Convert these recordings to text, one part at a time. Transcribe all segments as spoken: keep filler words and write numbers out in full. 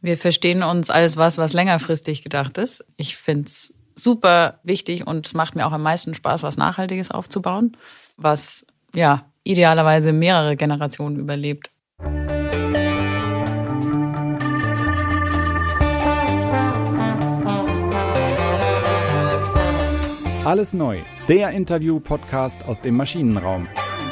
Wir verstehen uns als was, was längerfristig gedacht ist. Ich finde es super wichtig und macht mir auch am meisten Spaß, was Nachhaltiges aufzubauen, was ja idealerweise mehrere Generationen überlebt. Alles neu, der Interview-Podcast aus dem Maschinenraum.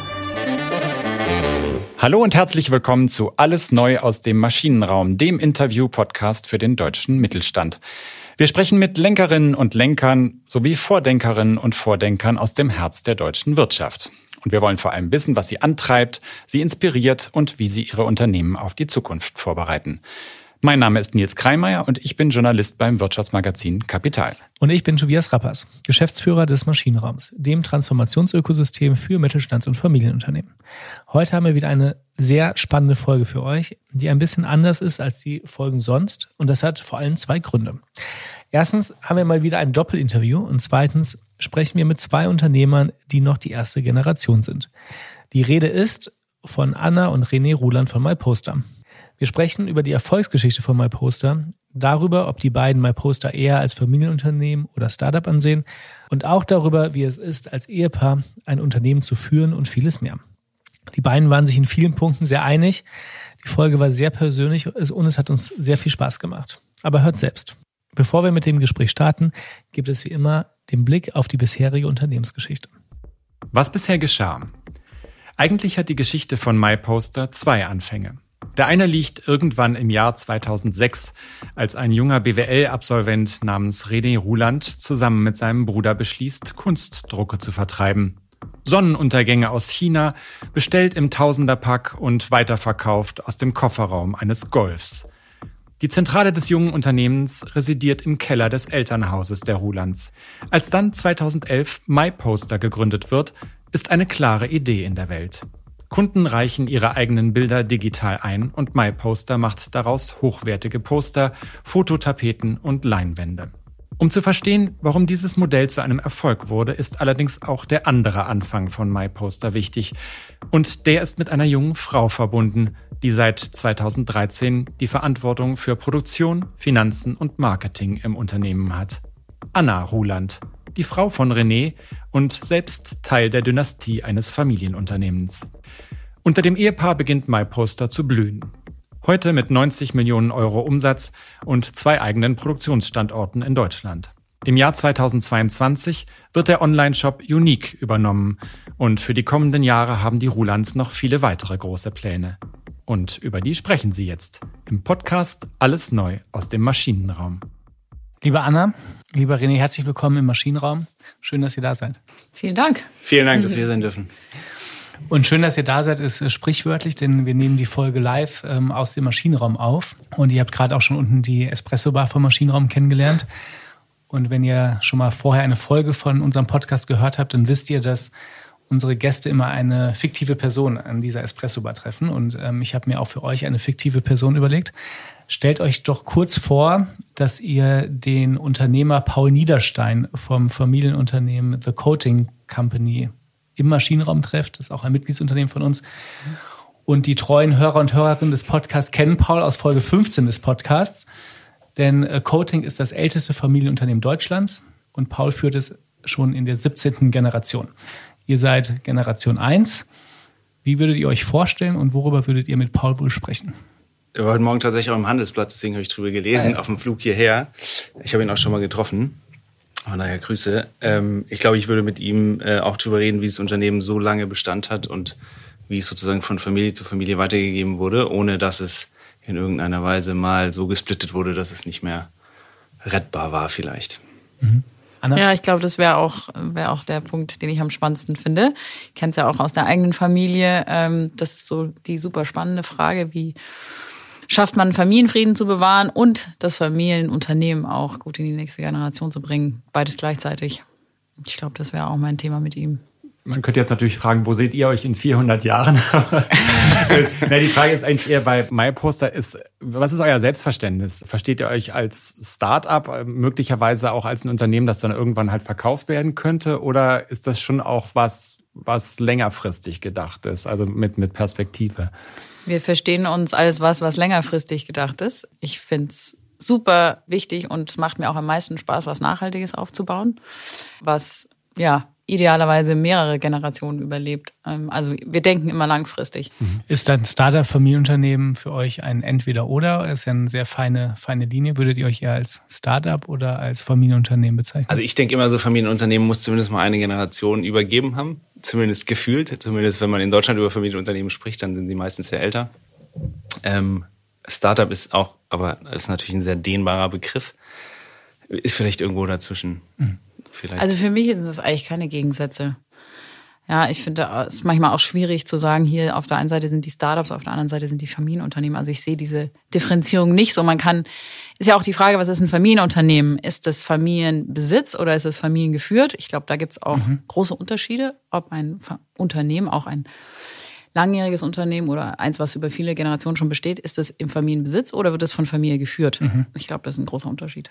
Hallo und herzlich willkommen zu Alles neu aus dem Maschinenraum, dem Interview-Podcast für den deutschen Mittelstand. Wir sprechen mit Lenkerinnen und Lenkern sowie Vordenkerinnen und Vordenkern aus dem Herz der deutschen Wirtschaft. Und wir wollen vor allem wissen, was sie antreibt, sie inspiriert und wie sie ihre Unternehmen auf die Zukunft vorbereiten. Mein Name ist Nils Kreimeier und ich bin Journalist beim Wirtschaftsmagazin Kapital. Und ich bin Tobias Rappers, Geschäftsführer des Maschinenraums, dem Transformationsökosystem für Mittelstands- und Familienunternehmen. Heute haben wir wieder eine sehr spannende Folge für euch, die ein bisschen anders ist als die Folgen sonst. Und das hat vor allem zwei Gründe. Erstens haben wir mal wieder ein Doppelinterview und zweitens sprechen wir mit zwei Unternehmern, die noch die erste Generation sind. Die Rede ist von Anna und René Ruland von MyPoster. Wir sprechen über die Erfolgsgeschichte von MyPoster, darüber, ob die beiden MyPoster eher als Familienunternehmen oder Startup ansehen und auch darüber, wie es ist, als Ehepaar ein Unternehmen zu führen und vieles mehr. Die beiden waren sich in vielen Punkten sehr einig. Die Folge war sehr persönlich und es hat uns sehr viel Spaß gemacht. Aber hört selbst. Bevor wir mit dem Gespräch starten, gibt es wie immer den Blick auf die bisherige Unternehmensgeschichte. Was bisher geschah? Eigentlich hat die Geschichte von MyPoster zwei Anfänge. Der eine liegt irgendwann im Jahr zweitausendsechs, als ein junger B W L-Absolvent namens René Ruland zusammen mit seinem Bruder beschließt, Kunstdrucke zu vertreiben. Sonnenuntergänge aus China, bestellt im Tausenderpack und weiterverkauft aus dem Kofferraum eines Golfs. Die Zentrale des jungen Unternehmens residiert im Keller des Elternhauses der Rulands. Als dann zweitausendelf MyPoster gegründet wird, ist eine klare Idee in der Welt. Kunden reichen ihre eigenen Bilder digital ein und MyPoster macht daraus hochwertige Poster, Fototapeten und Leinwände. Um zu verstehen, warum dieses Modell zu einem Erfolg wurde, ist allerdings auch der andere Anfang von MyPoster wichtig. Und der ist mit einer jungen Frau verbunden, die seit zweitausenddreizehn die Verantwortung für Produktion, Finanzen und Marketing im Unternehmen hat. Anna Ruland, die Frau von René und selbst Teil der Dynastie eines Familienunternehmens. Unter dem Ehepaar beginnt MyPoster zu blühen. Heute mit neunzig Millionen Euro Umsatz und zwei eigenen Produktionsstandorten in Deutschland. Im Jahr zweitausendzweiundzwanzig wird der Online-Shop Unique übernommen und für die kommenden Jahre haben die Rulands noch viele weitere große Pläne. Und über die sprechen sie jetzt im Podcast Alles neu aus dem Maschinenraum. Liebe Anna, lieber René, herzlich willkommen im Maschinenraum. Schön, dass ihr da seid. Vielen Dank. Vielen Dank, dass wir sein dürfen. Und schön, dass ihr da seid, ist sprichwörtlich, denn wir nehmen die Folge live ähm, aus dem Maschinenraum auf. Und ihr habt gerade auch schon unten die Espresso-Bar vom Maschinenraum kennengelernt. Und wenn ihr schon mal vorher eine Folge von unserem Podcast gehört habt, dann wisst ihr, dass unsere Gäste immer eine fiktive Person an dieser Espresso-Bar treffen. Und ähm, ich habe mir auch für euch eine fiktive Person überlegt. Stellt euch doch kurz vor, dass ihr den Unternehmer Paul Niederstein vom Familienunternehmen The Coating Company im Maschinenraum trefft. Das ist auch ein Mitgliedsunternehmen von uns. Und die treuen Hörer und Hörerinnen des Podcasts kennen Paul aus Folge fünfzehn des Podcasts. Denn äh, Coating ist das älteste Familienunternehmen Deutschlands und Paul führt es schon in der siebzehnten Generation. Ihr seid Generation eins. Wie würdet ihr euch vorstellen und worüber würdet ihr mit Paul wohl sprechen? Er war heute Morgen tatsächlich auch im Handelsblatt, deswegen habe ich drüber gelesen, ja. Auf dem Flug hierher. Ich habe ihn auch schon mal getroffen. Von daher Grüße. Ähm, ich glaube, ich würde mit ihm äh, auch drüber reden, wie das Unternehmen so lange Bestand hat und wie es sozusagen von Familie zu Familie weitergegeben wurde, ohne dass es in irgendeiner Weise mal so gesplittet wurde, dass es nicht mehr rettbar war vielleicht. Mhm. Anna? Ja, ich glaube, das wäre auch, wär auch der Punkt, den ich am spannendsten finde. Ich kenne es ja auch aus der eigenen Familie. Ähm, das ist so die super spannende Frage, wie schafft man Familienfrieden zu bewahren und das Familienunternehmen auch gut in die nächste Generation zu bringen. Beides gleichzeitig. Ich glaube, das wäre auch mein Thema mit ihm. Man könnte jetzt natürlich fragen, wo seht ihr euch in vierhundert Jahren? Na, die Frage ist eigentlich eher bei MyPoster, ist, was ist euer Selbstverständnis? Versteht ihr euch als Start-up, möglicherweise auch als ein Unternehmen, das dann irgendwann halt verkauft werden könnte? Oder ist das schon auch was, was längerfristig gedacht ist, also mit, mit Perspektive? Wir verstehen uns als was, was längerfristig gedacht ist. Ich finde es super wichtig und macht mir auch am meisten Spaß, was Nachhaltiges aufzubauen, was ja idealerweise mehrere Generationen überlebt. Also wir denken immer langfristig. Ist ein Startup-Familienunternehmen für euch ein Entweder-Oder? Ist ja eine sehr feine, feine Linie. Würdet ihr euch eher als Startup oder als Familienunternehmen bezeichnen? Also ich denke immer so, Familienunternehmen muss zumindest mal eine Generation übergeben haben. Zumindest gefühlt. Zumindest wenn man in Deutschland über Familienunternehmen spricht, dann sind sie meistens sehr älter. Ähm, Startup ist auch, aber ist natürlich ein sehr dehnbarer Begriff. Ist vielleicht irgendwo dazwischen. Mhm. Vielleicht. Also für mich sind das eigentlich keine Gegensätze. Ja, ich finde es ist manchmal auch schwierig zu sagen, hier auf der einen Seite sind die Startups, auf der anderen Seite sind die Familienunternehmen. Also ich sehe diese Differenzierung nicht so. Man kann, ist ja auch die Frage, was ist ein Familienunternehmen? Ist das Familienbesitz oder ist es familiengeführt? Ich glaube, da gibt es auch mhm. große Unterschiede, ob ein Unternehmen, auch ein langjähriges Unternehmen oder eins, was über viele Generationen schon besteht, ist es im Familienbesitz oder wird es von Familie geführt? Mhm. Ich glaube, das ist ein großer Unterschied.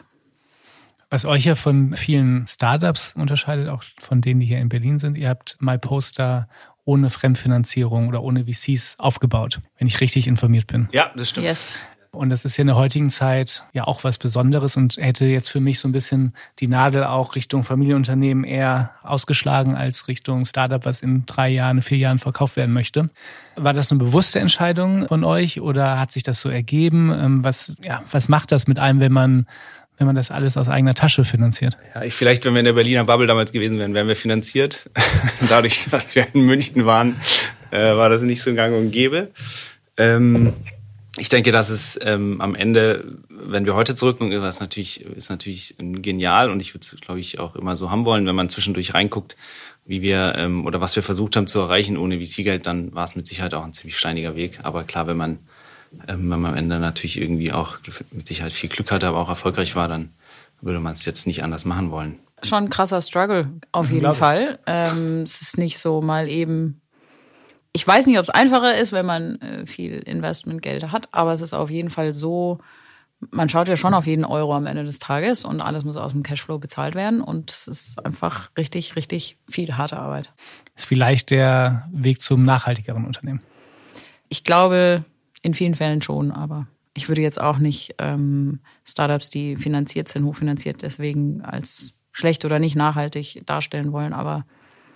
Was euch ja von vielen Startups unterscheidet, auch von denen, die hier in Berlin sind, ihr habt MyPoster ohne Fremdfinanzierung oder ohne V Cs aufgebaut, wenn ich richtig informiert bin. Ja, das stimmt. Yes. Und das ist ja in der heutigen Zeit ja auch was Besonderes und hätte jetzt für mich so ein bisschen die Nadel auch Richtung Familienunternehmen eher ausgeschlagen als Richtung Startup, was in drei Jahren, vier Jahren verkauft werden möchte. War das eine bewusste Entscheidung von euch oder hat sich das so ergeben? Was, ja, was macht das mit einem, wenn man wenn man das alles aus eigener Tasche finanziert? Ja, ich, vielleicht, wenn wir in der Berliner Bubble damals gewesen wären, wären wir finanziert. Dadurch, dass wir in München waren, äh, war das nicht so gang und gäbe. Ähm, ich denke, dass es ähm, am Ende, wenn wir heute zurückgucken, ist natürlich, ist natürlich genial und ich würde es, glaube ich, auch immer so haben wollen, wenn man zwischendurch reinguckt, wie wir ähm, oder was wir versucht haben zu erreichen ohne V C-Geld, dann war es mit Sicherheit auch ein ziemlich steiniger Weg. Aber klar, wenn man wenn man am Ende natürlich irgendwie auch mit Sicherheit viel Glück hatte, aber auch erfolgreich war, dann würde man es jetzt nicht anders machen wollen. Schon ein krasser Struggle, auf jeden Fall. Ähm, es ist nicht so mal eben, ich weiß nicht, ob es einfacher ist, wenn man äh, viel Investmentgeld hat, aber es ist auf jeden Fall so, man schaut ja schon auf jeden Euro am Ende des Tages und alles muss aus dem Cashflow bezahlt werden und es ist einfach richtig, richtig viel harte Arbeit. Ist vielleicht der Weg zum nachhaltigeren Unternehmen? Ich glaube, in vielen Fällen schon, aber ich würde jetzt auch nicht ähm, Startups, die finanziert sind, hochfinanziert, deswegen als schlecht oder nicht nachhaltig darstellen wollen. Aber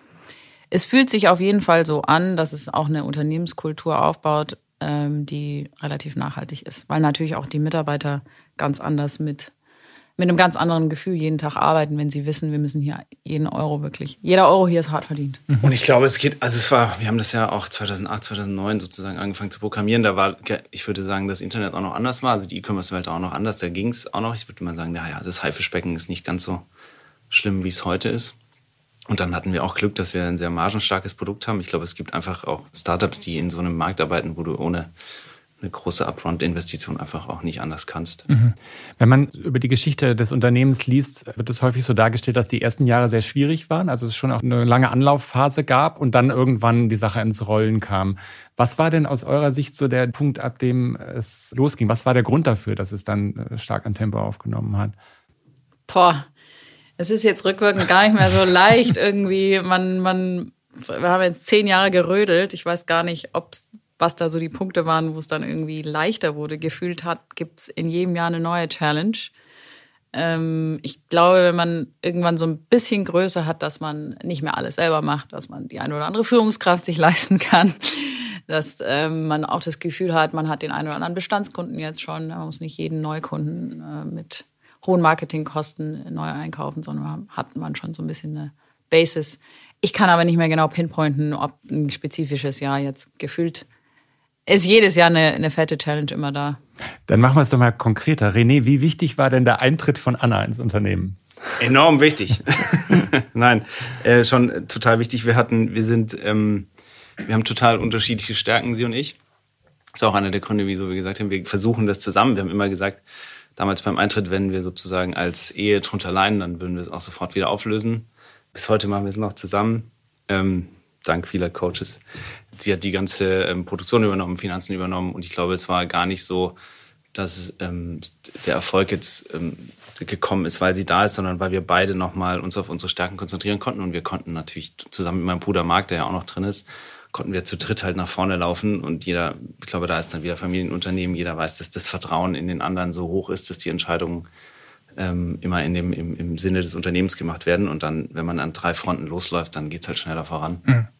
es fühlt sich auf jeden Fall so an, dass es auch eine Unternehmenskultur aufbaut, ähm, die relativ nachhaltig ist. Weil natürlich auch die Mitarbeiter ganz anders mit, mit einem ganz anderen Gefühl jeden Tag arbeiten, wenn sie wissen, wir müssen hier jeden Euro wirklich, jeder Euro hier ist hart verdient. Und ich glaube, es geht, also es war, wir haben das ja auch zweitausendacht, zweitausendneun sozusagen angefangen zu programmieren. Da war, ich würde sagen, das Internet auch noch anders war, also die E-Commerce-Welt auch noch anders, da ging es auch noch. Ich würde mal sagen, naja, das Haifischbecken ist nicht ganz so schlimm, wie es heute ist. Und dann hatten wir auch Glück, dass wir ein sehr margenstarkes Produkt haben. Ich glaube, es gibt einfach auch Startups, die in so einem Markt arbeiten, wo du ohne eine große Upfront-Investition einfach auch nicht anders kannst. Mhm. Wenn man über die Geschichte des Unternehmens liest, wird es häufig so dargestellt, dass die ersten Jahre sehr schwierig waren, also es schon auch eine lange Anlaufphase gab und dann irgendwann die Sache ins Rollen kam. Was war denn aus eurer Sicht so der Punkt, ab dem es losging? Was war der Grund dafür, dass es dann stark an Tempo aufgenommen hat? Boah, es ist jetzt rückwirkend gar nicht mehr so leicht irgendwie. Man, man, wir haben jetzt zehn Jahre gerödelt. Ich weiß gar nicht, ob was da so die Punkte waren, wo es dann irgendwie leichter wurde. Gefühlt hat, gibt's in jedem Jahr eine neue Challenge. Ähm, ich glaube, wenn man irgendwann so ein bisschen Größe hat, dass man nicht mehr alles selber macht, dass man die eine oder andere Führungskraft sich leisten kann, dass ähm, man auch das Gefühl hat, man hat den einen oder anderen Bestandskunden jetzt schon. Man muss nicht jeden Neukunden äh, mit hohen Marketingkosten neu einkaufen, sondern hat man schon so ein bisschen eine Basis. Ich kann aber nicht mehr genau pinpointen, ob ein spezifisches Jahr jetzt gefühlt ist jedes Jahr eine, eine fette Challenge immer da. Dann machen wir es doch mal konkreter. René, wie wichtig war denn der Eintritt von Anna ins Unternehmen? Enorm wichtig. Nein, äh, schon total wichtig. Wir hatten, wir sind, ähm, wir haben total unterschiedliche Stärken, sie und ich. Das ist auch einer der Gründe, wieso wir gesagt haben, wir versuchen das zusammen. Wir haben immer gesagt, damals beim Eintritt, wenn wir sozusagen als Ehe drunter leiden, dann würden wir es auch sofort wieder auflösen. Bis heute machen wir es noch zusammen, ähm, dank vieler Coaches. Sie hat die ganze ähm, Produktion übernommen, Finanzen übernommen und ich glaube, es war gar nicht so, dass ähm, der Erfolg jetzt ähm, gekommen ist, weil sie da ist, sondern weil wir beide nochmal uns auf unsere Stärken konzentrieren konnten und wir konnten natürlich zusammen mit meinem Bruder Marc, der ja auch noch drin ist, konnten wir zu dritt halt nach vorne laufen und jeder, ich glaube, da ist dann wieder Familienunternehmen, jeder weiß, dass das Vertrauen in den anderen so hoch ist, dass die Entscheidungen ähm, immer in dem, im, im Sinne des Unternehmens gemacht werden und dann, wenn man an drei Fronten losläuft, dann geht es halt schneller voran. Mhm.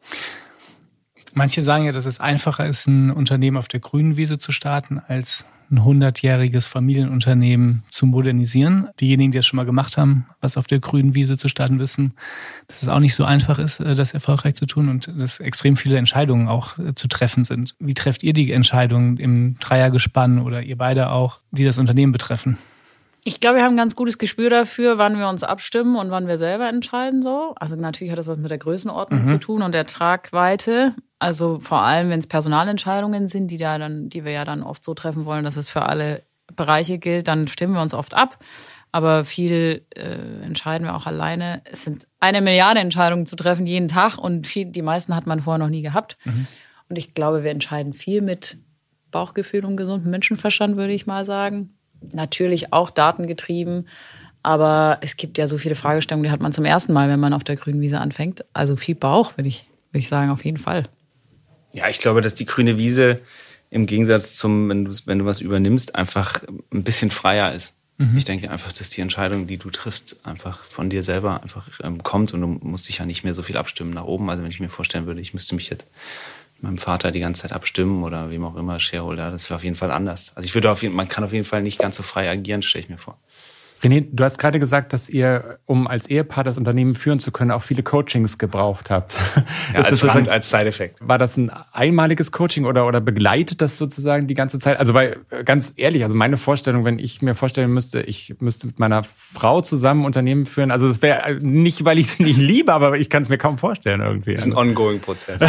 Manche sagen ja, dass es einfacher ist, ein Unternehmen auf der grünen Wiese zu starten, als ein hundertjähriges Familienunternehmen zu modernisieren. Diejenigen, die das schon mal gemacht haben, was auf der grünen Wiese zu starten, wissen, dass es auch nicht so einfach ist, das erfolgreich zu tun und dass extrem viele Entscheidungen auch zu treffen sind. Wie trefft ihr die Entscheidungen im Dreiergespann oder ihr beide auch, die das Unternehmen betreffen? Ich glaube, wir haben ein ganz gutes Gespür dafür, wann wir uns abstimmen und wann wir selber entscheiden. So. Also natürlich hat das was mit der Größenordnung mhm. zu tun und der Tragweite. Also vor allem, wenn es Personalentscheidungen sind, die, da dann, die wir ja dann oft so treffen wollen, dass es für alle Bereiche gilt, dann stimmen wir uns oft ab. Aber viel äh, entscheiden wir auch alleine. Es sind eine Milliarde Entscheidungen zu treffen jeden Tag und viel, die meisten hat man vorher noch nie gehabt. Mhm. Und ich glaube, wir entscheiden viel mit Bauchgefühl und gesundem Menschenverstand, würde ich mal sagen. Natürlich auch datengetrieben, aber es gibt ja so viele Fragestellungen, die hat man zum ersten Mal, wenn man auf der grünen Wiese anfängt. Also viel Bauch, würde ich, würde ich sagen, auf jeden Fall. Ja, ich glaube, dass die grüne Wiese im Gegensatz zum, wenn du, wenn du was übernimmst, einfach ein bisschen freier ist. Mhm. Ich denke einfach, dass die Entscheidung, die du triffst, einfach von dir selber einfach ähm, kommt und du musst dich ja nicht mehr so viel abstimmen nach oben. Also wenn ich mir vorstellen würde, ich müsste mich jetzt mit meinem Vater die ganze Zeit abstimmen oder wem auch immer, Shareholder, das wäre auf jeden Fall anders. Also ich würde auf jeden, man kann auf jeden Fall nicht ganz so frei agieren, stelle ich mir vor. René, du hast gerade gesagt, dass ihr, um als Ehepaar das Unternehmen führen zu können, auch viele Coachings gebraucht habt. Ja, als Rand, als Side-Effekt. War das ein einmaliges Coaching oder, oder begleitet das sozusagen die ganze Zeit? Also weil, ganz ehrlich, also meine Vorstellung, wenn ich mir vorstellen müsste, ich müsste mit meiner Frau zusammen Unternehmen führen, also das wäre nicht, weil ich sie nicht liebe, aber ich kann es mir kaum vorstellen irgendwie. Das ist ein ongoing-Prozess.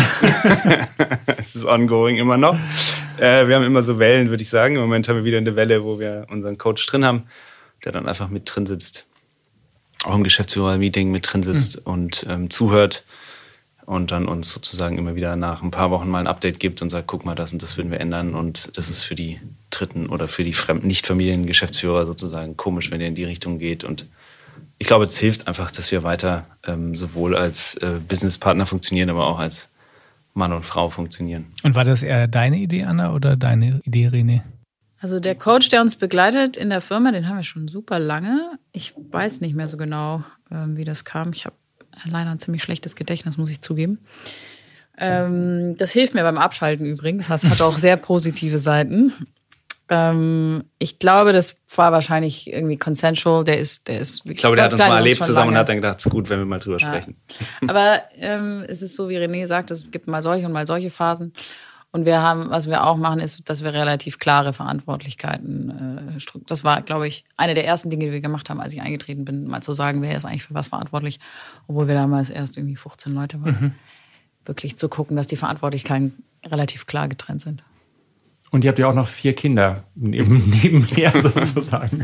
Es ist ongoing immer noch. Äh, wir haben immer so Wellen, würde ich sagen. Im Moment haben wir wieder eine Welle, wo wir unseren Coach drin haben, der dann einfach mit drin sitzt, auch im Geschäftsführer-Meeting mit drin sitzt mhm. und ähm, zuhört und dann uns sozusagen immer wieder nach ein paar Wochen mal ein Update gibt und sagt, guck mal, das und das würden wir ändern und das ist für die Dritten oder für die fremden Nicht-Familien-Geschäftsführer sozusagen komisch, wenn ihr in die Richtung geht. Und ich glaube, es hilft einfach, dass wir weiter ähm, sowohl als äh, Businesspartner funktionieren, aber auch als Mann und Frau funktionieren. Und war das eher deine Idee, Anna, oder deine Idee, René? Also der Coach, der uns begleitet in der Firma, den haben wir schon super lange. Ich weiß nicht mehr so genau, wie das kam. Ich habe leider ein ziemlich schlechtes Gedächtnis, muss ich zugeben. Das hilft mir beim Abschalten übrigens. Das hat auch sehr positive Seiten. Ich glaube, das war wahrscheinlich irgendwie consensual. Der ist, der ist. Ich glaube, der hat uns mal erlebt zusammen lange. Und hat dann gedacht, es ist gut, wenn wir mal drüber ja. sprechen. Aber ähm, es ist so, wie René sagt, es gibt mal solche und mal solche Phasen. Und wir haben, was wir auch machen, ist, dass wir relativ klare Verantwortlichkeiten, äh, das war, glaube ich, eine der ersten Dinge, die wir gemacht haben, als ich eingetreten bin, mal zu sagen, wer ist eigentlich für was verantwortlich, obwohl wir damals erst irgendwie fünfzehn Leute waren. Mhm. Wirklich zu gucken, dass die Verantwortlichkeiten relativ klar getrennt sind. Und ihr habt ja auch noch vier Kinder neben, nebenher sozusagen.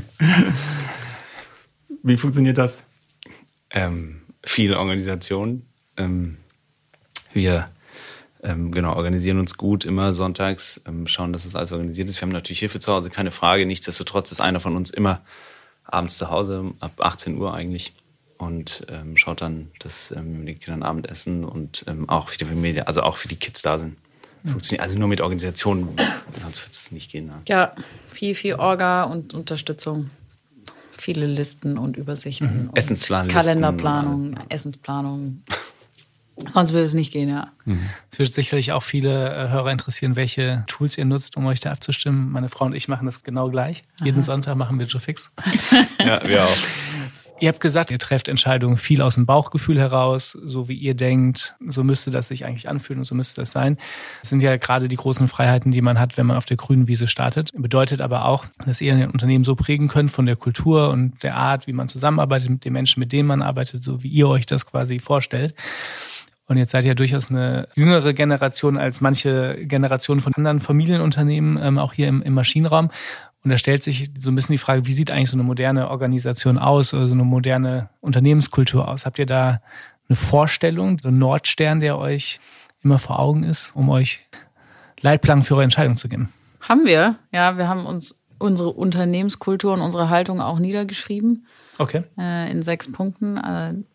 Wie funktioniert das? Ähm, viele Organisationen. Ähm, wir Ähm, genau, organisieren uns gut immer sonntags, ähm, schauen, dass das alles organisiert ist. Wir haben natürlich Hilfe zu Hause, keine Frage. Nichtsdestotrotz ist einer von uns immer abends zu Hause, ab achtzehn Uhr eigentlich, und ähm, schaut dann, dass ähm, die Kinder Abendessen und ähm, auch für die Familie, also auch für die Kids da sind. Funktioniert also nur mit Organisationen, sonst wird es nicht gehen. Ne? Ja, viel, viel Orga und Unterstützung. Viele Listen und Übersichten. Mhm. Essensplan, Kalenderplanung, Essensplanung. Sonst würde es nicht gehen, ja. Es würde sicherlich auch viele äh, Hörer interessieren, welche Tools ihr nutzt, um euch da abzustimmen. Meine Frau und ich machen das genau gleich. Aha. Jeden Sonntag machen wir Joe-Fix. Ja, wir auch. Ihr habt gesagt, ihr trefft Entscheidungen viel aus dem Bauchgefühl heraus, so wie ihr denkt, so müsste das sich eigentlich anfühlen und so müsste das sein. Das sind ja gerade die großen Freiheiten, die man hat, wenn man auf der grünen Wiese startet. Bedeutet aber auch, dass ihr ein Unternehmen so prägen könnt von der Kultur und der Art, wie man zusammenarbeitet mit den Menschen, mit denen man arbeitet, so wie ihr euch das quasi vorstellt. Und jetzt seid ihr ja durchaus eine jüngere Generation als manche Generationen von anderen Familienunternehmen, ähm, auch hier im, im Maschinenraum. Und da stellt sich so ein bisschen die Frage, wie sieht eigentlich so eine moderne Organisation aus, oder so eine moderne Unternehmenskultur aus? Habt ihr da eine Vorstellung, so einen Nordstern, der euch immer vor Augen ist, um euch Leitplanken für eure Entscheidung zu geben? Haben wir. Ja, wir haben uns unsere Unternehmenskultur und unsere Haltung auch niedergeschrieben. Okay. Äh, in sechs Punkten. Äh,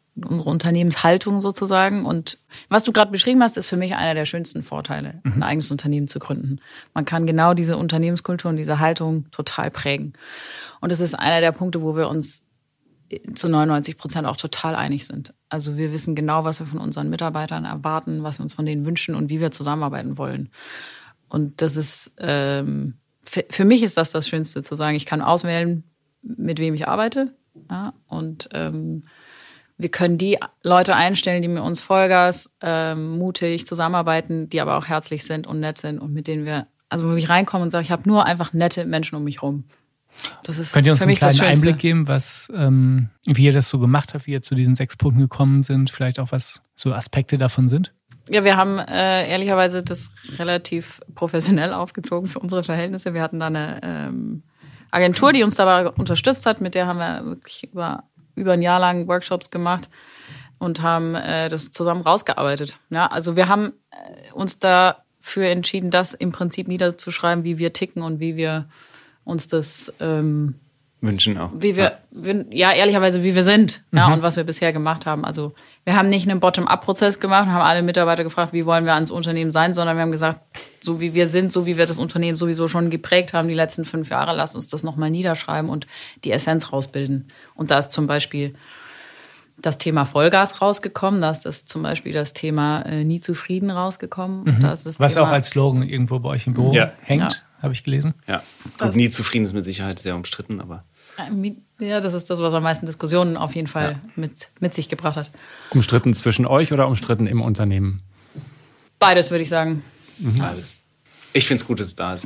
unsere Unternehmenshaltung sozusagen. Und was du gerade beschrieben hast, ist für mich einer der schönsten Vorteile, mhm. ein eigenes Unternehmen zu gründen. Man kann genau diese Unternehmenskultur und diese Haltung total prägen. Und es ist einer der Punkte, wo wir uns zu neunundneunzig Prozent auch total einig sind. Also wir wissen genau, was wir von unseren Mitarbeitern erwarten, was wir uns von denen wünschen und wie wir zusammenarbeiten wollen. Und das ist, ähm, für, für mich ist das das Schönste, zu sagen, ich kann auswählen, mit wem ich arbeite. Ja, und ähm, wir können die Leute einstellen, die mit uns Vollgas, ähm, mutig zusammenarbeiten, die aber auch herzlich sind und nett sind und mit denen wir, also wo ich reinkomme und sage, ich habe nur einfach nette Menschen um mich rum. Das ist Könnt ihr uns für einen mich das kleinen Schönste. Einblick geben, was, ähm, wie ihr das so gemacht habt, wie ihr zu diesen sechs Punkten gekommen sind, vielleicht auch was so Aspekte davon sind? Ja, wir haben äh, ehrlicherweise das relativ professionell aufgezogen für unsere Verhältnisse. Wir hatten da eine ähm, Agentur, die uns dabei unterstützt hat. Mit der haben wir wirklich über, über ein Jahr lang Workshops gemacht und haben äh, das zusammen rausgearbeitet. Ja, also wir haben äh, uns dafür entschieden, das im Prinzip niederzuschreiben, wie wir ticken und wie wir uns das ähm, wünschen auch. Wie wir, ja. ja, ehrlicherweise, wie wir sind, mhm. ja, und was wir bisher gemacht haben. Also, wir haben nicht einen Bottom-up-Prozess gemacht und haben alle Mitarbeiter gefragt, wie wollen wir ans Unternehmen sein, sondern wir haben gesagt, so wie wir sind, so wie wir das Unternehmen sowieso schon geprägt haben, die letzten fünf Jahre, lasst uns das nochmal niederschreiben und die Essenz rausbilden. Und da ist zum Beispiel das Thema Vollgas rausgekommen, da ist das zum Beispiel das Thema äh, nie zufrieden rausgekommen. Mhm. Da ist das was Thema, auch als Slogan irgendwo bei euch im Büro ja. hängt, ja. habe ich gelesen. Ja, und nie zufrieden ist mit Sicherheit sehr umstritten, aber... Ja, das ist das, was am meisten Diskussionen auf jeden Fall ja. mit, mit sich gebracht hat. Umstritten zwischen euch oder umstritten im Unternehmen? Beides, würde ich sagen. Mhm. Beides. Ich finde es gut, dass es da ist.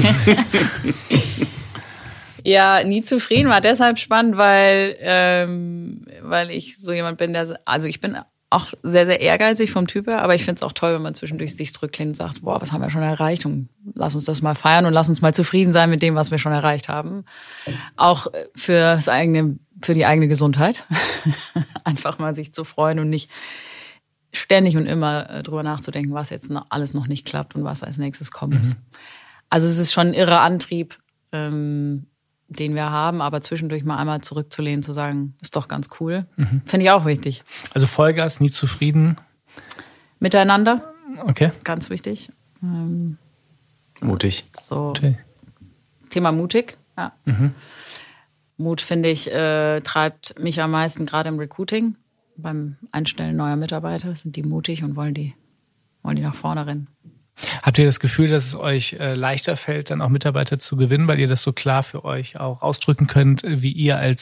Ja, nie zufrieden war deshalb spannend, weil, ähm, weil ich so jemand bin, der, also ich bin auch sehr, sehr ehrgeizig vom Typ her, aber ich finde es auch toll, wenn man zwischendurch sich zurücklehnt und sagt, boah, was haben wir schon erreicht und lass uns das mal feiern und lass uns mal zufrieden sein mit dem, was wir schon erreicht haben. Auch für das eigene, für die eigene Gesundheit. Einfach mal sich zu freuen und nicht ständig und immer drüber nachzudenken, was jetzt noch alles noch nicht klappt und was als nächstes kommen muss. Mhm. Also es ist schon ein irrer Antrieb, ähm, den wir haben, aber zwischendurch mal einmal zurückzulehnen, zu sagen, ist doch ganz cool. Mhm. Finde ich auch wichtig. Also Vollgas, nie zufrieden. Miteinander. Okay. Ganz wichtig. Ähm, mutig. So. Okay. Thema mutig. Ja. Mhm. Mut, finde ich, äh, treibt mich am meisten, gerade im Recruiting. Beim Einstellen neuer Mitarbeiter sind die mutig und wollen die, wollen die nach vorne rennen. Habt ihr das Gefühl, dass es euch äh, leichter fällt, dann auch Mitarbeiter zu gewinnen, weil ihr das so klar für euch auch ausdrücken könnt, wie ihr als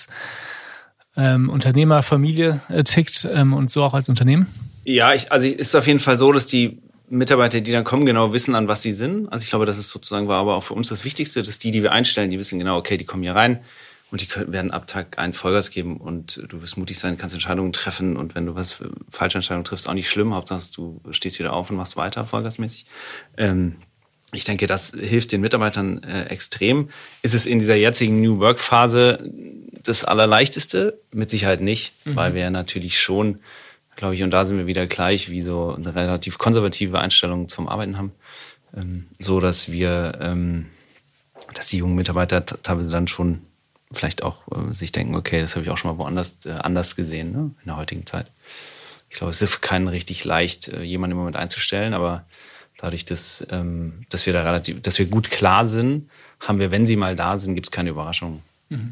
ähm, Unternehmer, Familie äh, tickt ähm, und so auch als Unternehmen? Ja, ich, also es ist auf jeden Fall so, dass die Mitarbeiter, die dann kommen, genau wissen, an was sie sind. Also ich glaube, das ist sozusagen war aber auch für uns das Wichtigste, dass die, die wir einstellen, die wissen genau, okay, die kommen hier rein und die können, werden ab Tag eins Vollgas geben und du wirst mutig sein, kannst Entscheidungen treffen und wenn du was falsche Entscheidungen triffst, auch nicht schlimm. Hauptsache, du stehst wieder auf und machst weiter, vollgasmäßig. Ähm, ich denke, das hilft den Mitarbeitern äh, extrem. Ist es in dieser jetzigen New Work Phase das Allerleichteste? Mit Sicherheit nicht, mhm. weil wir natürlich schon, glaube ich, und da sind wir wieder gleich, wie so eine relativ konservative Einstellung zum Arbeiten haben, ähm, so dass wir, ähm, dass die jungen Mitarbeiter t- teilweise dann schon vielleicht auch äh, sich denken, okay, das habe ich auch schon mal woanders äh, anders gesehen, ne, in der heutigen Zeit. Ich glaube, es ist für keinen richtig leicht, äh, jemanden im Moment einzustellen, aber dadurch, dass, ähm, dass wir da relativ, dass wir gut klar sind, haben wir, wenn sie mal da sind, gibt es keine Überraschungen. Mhm.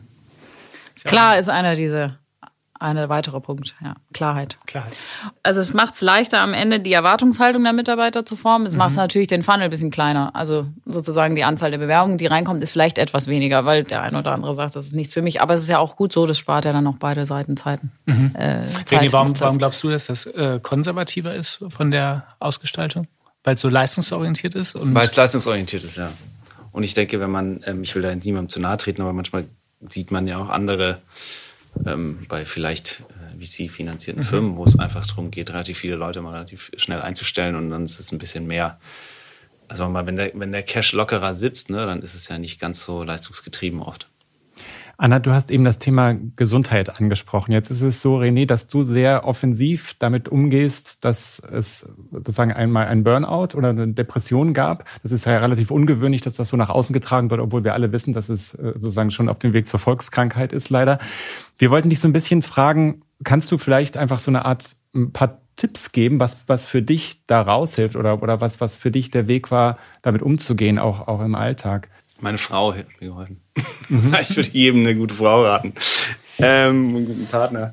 Klar ist einer dieser, eine weitere Punkt, ja, Klarheit. Klarheit. Also es macht es leichter, am Ende die Erwartungshaltung der Mitarbeiter zu formen. Es mhm. macht natürlich den Funnel ein bisschen kleiner. Also sozusagen die Anzahl der Bewerbungen, die reinkommt, ist vielleicht etwas weniger, weil der eine oder andere sagt, das ist nichts für mich. Aber es ist ja auch gut so, das spart ja dann auch beide Seiten Zeiten. Mhm. Äh, Zeit warum, warum glaubst du, dass das äh, konservativer ist von der Ausgestaltung? Weil es so leistungsorientiert ist? Und Weil es leistungsorientiert ist, ja. Und ich denke, wenn man, ähm, ich will da jetzt niemandem zu nahe treten, aber manchmal sieht man ja auch andere ähm, bei vielleicht äh, V C-finanzierten mhm. Firmen, wo es einfach darum geht, relativ viele Leute mal relativ schnell einzustellen und dann ist es ein bisschen mehr. Also mal, wenn der, wenn der Cash lockerer sitzt, ne, dann ist es ja nicht ganz so leistungsgetrieben oft. Anna, du hast eben das Thema Gesundheit angesprochen. Jetzt ist es so, René, dass du sehr offensiv damit umgehst, dass es sozusagen einmal ein Burnout oder eine Depression gab. Das ist ja relativ ungewöhnlich, dass das so nach außen getragen wird, obwohl wir alle wissen, dass es sozusagen schon auf dem Weg zur Volkskrankheit ist, leider. Wir wollten dich so ein bisschen fragen, kannst du vielleicht einfach so eine Art, ein paar Tipps geben, was, was für dich da raushilft oder, oder was, was für dich der Weg war, damit umzugehen, auch, auch im Alltag? Meine Frau hat mir geholfen. Mhm. Ich würde jedem eine gute Frau raten. Ähm, einen guten Partner.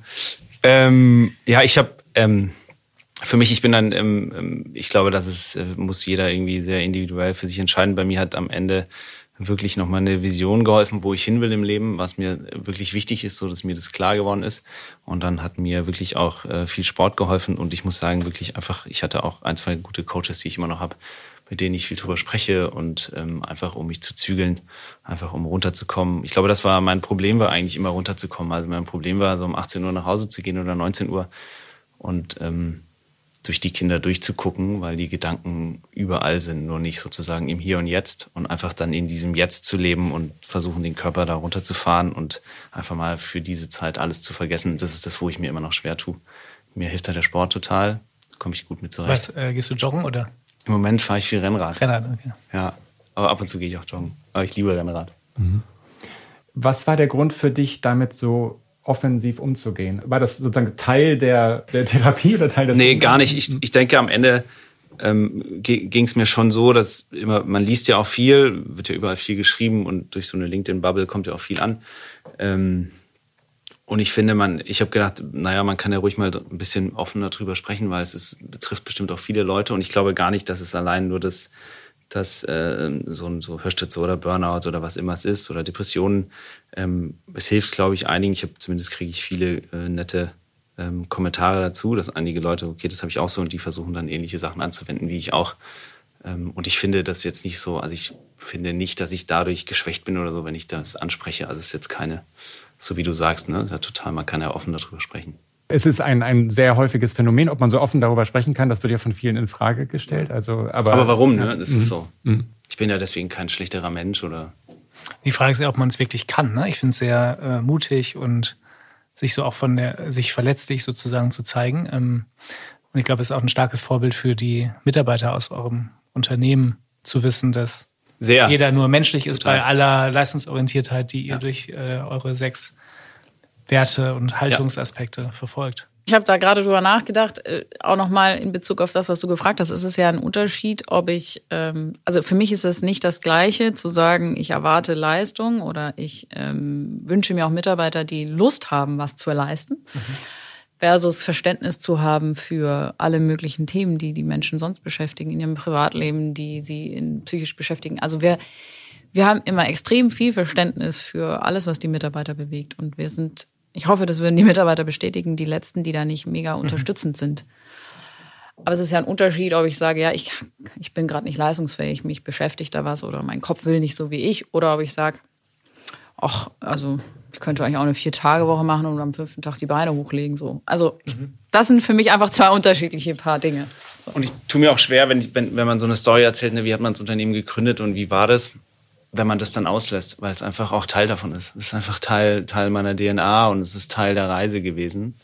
Ähm, ja, ich habe, ähm, für mich, ich bin dann, ähm, ich glaube, das ist, äh, muss jeder irgendwie sehr individuell für sich entscheiden. Bei mir hat am Ende wirklich nochmal eine Vision geholfen, wo ich hin will im Leben, was mir wirklich wichtig ist, so dass mir das klar geworden ist. Und dann hat mir wirklich auch äh, viel Sport geholfen. Und ich muss sagen, wirklich einfach, ich hatte auch ein, zwei gute Coaches, die ich immer noch habe, mit denen ich viel drüber spreche und ähm, einfach, um mich zu zügeln, einfach um runterzukommen. Ich glaube, das war mein Problem, war eigentlich immer runterzukommen. Also mein Problem war, so um achtzehn Uhr nach Hause zu gehen oder neunzehn Uhr und ähm, durch die Kinder durchzugucken, weil die Gedanken überall sind, nur nicht sozusagen im Hier und Jetzt und einfach dann in diesem Jetzt zu leben und versuchen, den Körper da runterzufahren und einfach mal für diese Zeit alles zu vergessen. Das ist das, wo ich mir immer noch schwer tue. Mir hilft da der Sport total, da komme ich gut mit zurecht. Was, äh, gehst du joggen oder? Im Moment fahre ich viel Rennrad. Rennrad, okay. Ja, aber ab und zu gehe ich auch joggen. Aber ich liebe Rennrad. Mhm. Was war der Grund für dich, damit so offensiv umzugehen? War das sozusagen Teil der, der Therapie oder Teil des... Nee, gar nicht. Ich, ich denke, am Ende ähm, ging es mir schon so, dass immer, man liest ja auch viel, wird ja überall viel geschrieben und durch so eine LinkedIn-Bubble kommt ja auch viel an. Ähm, und ich finde, man, ich habe gedacht, naja, man kann ja ruhig mal ein bisschen offener drüber sprechen, weil es ist, betrifft bestimmt auch viele Leute. Und ich glaube gar nicht, dass es allein nur das, das äh, so, so Hörstütze oder Burnout oder was immer es ist oder Depressionen. Ähm, es hilft, glaube ich, einigen. Ich habe zumindest kriege ich viele äh, nette ähm, Kommentare dazu, dass einige Leute, okay, das habe ich auch so, und die versuchen dann ähnliche Sachen anzuwenden, wie ich auch. Ähm, und ich finde das jetzt nicht so, also ich finde nicht, dass ich dadurch geschwächt bin oder so, wenn ich das anspreche. Also es ist jetzt keine, so wie du sagst, ne, das ist ja total, man kann ja offen darüber sprechen. Es ist ein, ein sehr häufiges Phänomen, ob man so offen darüber sprechen kann, das wird ja von vielen in Frage gestellt. Also, aber, aber warum, ja. ne? Das ist so. Mhm. Ich bin ja deswegen kein schlechterer Mensch oder... Die Frage ist ja, ob man es wirklich kann. Ne? Ich finde es sehr äh, mutig und sich so auch von der, sich verletzlich sozusagen zu zeigen. Ähm, und ich glaube, es ist auch ein starkes Vorbild für die Mitarbeiter aus eurem Unternehmen, zu wissen, dass sehr. jeder nur menschlich ist. Total. Bei aller Leistungsorientiertheit, die ihr ja. durch äh, eure sechs Werte und Haltungsaspekte ja. verfolgt. Ich habe da gerade drüber nachgedacht, äh, auch nochmal in Bezug auf das, was du gefragt hast. Es ist ja ein Unterschied, ob ich, ähm, also für mich ist es nicht das Gleiche, zu sagen, ich erwarte Leistung oder ich ähm, wünsche mir auch Mitarbeiter, die Lust haben, was zu leisten, mhm. versus Verständnis zu haben für alle möglichen Themen, die die Menschen sonst beschäftigen in ihrem Privatleben, die sie in psychisch beschäftigen. Also wir, wir haben immer extrem viel Verständnis für alles, was die Mitarbeiter bewegt, und wir sind, ich hoffe, das würden die Mitarbeiter bestätigen, die Letzten, die da nicht mega unterstützend sind. Aber es ist ja ein Unterschied, ob ich sage, ja, ich, ich bin gerade nicht leistungsfähig, mich beschäftigt da was oder mein Kopf will nicht so wie ich. Oder ob ich sage, ach, also ich könnte eigentlich auch eine Vier-Tage-Woche machen und am fünften Tag die Beine hochlegen. So. Also ich, das sind für mich einfach zwei unterschiedliche paar Dinge. So. Und ich tue mir auch schwer, wenn, wenn, wenn man so eine Story erzählt, ne, wie hat man das Unternehmen gegründet und wie war das, wenn man das dann auslässt, weil es einfach auch Teil davon ist. Es ist einfach Teil, Teil meiner D N A und es ist Teil der Reise gewesen.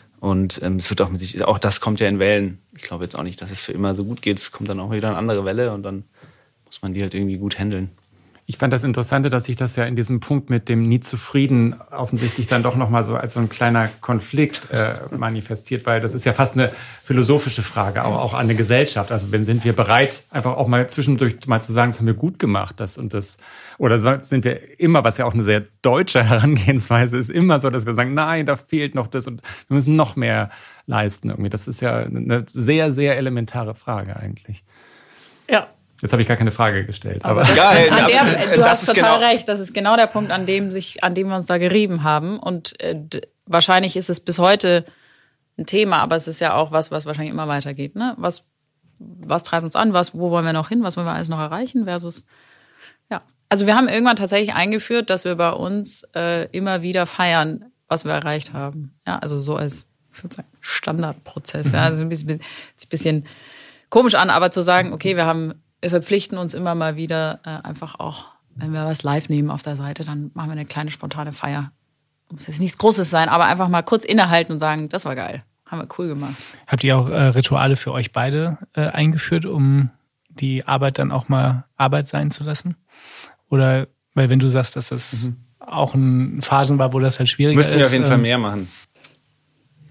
Und ähm, es wird auch mit sich, auch das kommt ja in Wellen. Ich glaube jetzt auch nicht, dass es für immer so gut geht. Es kommt dann auch wieder eine andere Welle und dann muss man die halt irgendwie gut handeln. Ich fand das Interessante, dass sich das ja in diesem Punkt mit dem nie zufrieden offensichtlich dann doch nochmal so als so ein kleiner Konflikt äh, manifestiert, weil das ist ja fast eine philosophische Frage, auch, auch an eine Gesellschaft. Also wenn sind wir bereit, einfach auch mal zwischendurch mal zu sagen, das haben wir gut gemacht, das und das. Oder sind wir immer, was ja auch eine sehr deutsche Herangehensweise ist, immer so, dass wir sagen, nein, da fehlt noch das und wir müssen noch mehr leisten irgendwie. Das ist ja eine sehr, sehr elementare Frage eigentlich. Ja. Jetzt habe ich gar keine Frage gestellt. Aber, aber ja, an der, du das hast ist total genau recht. Das ist genau der Punkt, an dem, sich, an dem wir uns da gerieben haben. Und äh, wahrscheinlich ist es bis heute ein Thema, aber es ist ja auch was, was wahrscheinlich immer weitergeht. Ne? Was, was treibt uns an? Was, wo wollen wir noch hin? Was wollen wir alles noch erreichen? Versus, ja. Also wir haben irgendwann tatsächlich eingeführt, dass wir bei uns äh, immer wieder feiern, was wir erreicht haben. Ja, also so als, ich würde sagen, Standardprozess. Ja, also ein bisschen, ein bisschen komisch an, aber zu sagen, okay, wir haben Wir verpflichten uns immer mal wieder äh, einfach auch, wenn wir was live nehmen auf der Seite, dann machen wir eine kleine spontane Feier. Muss jetzt nichts Großes sein, aber einfach mal kurz innehalten und sagen, das war geil, haben wir cool gemacht. Habt ihr auch äh, Rituale für euch beide äh, eingeführt, um die Arbeit dann auch mal Arbeit sein zu lassen? Oder, weil wenn du sagst, dass das mhm. auch in Phasen war, wo das halt schwieriger Müssten ist. Müssten wir auf jeden ähm, Fall mehr machen.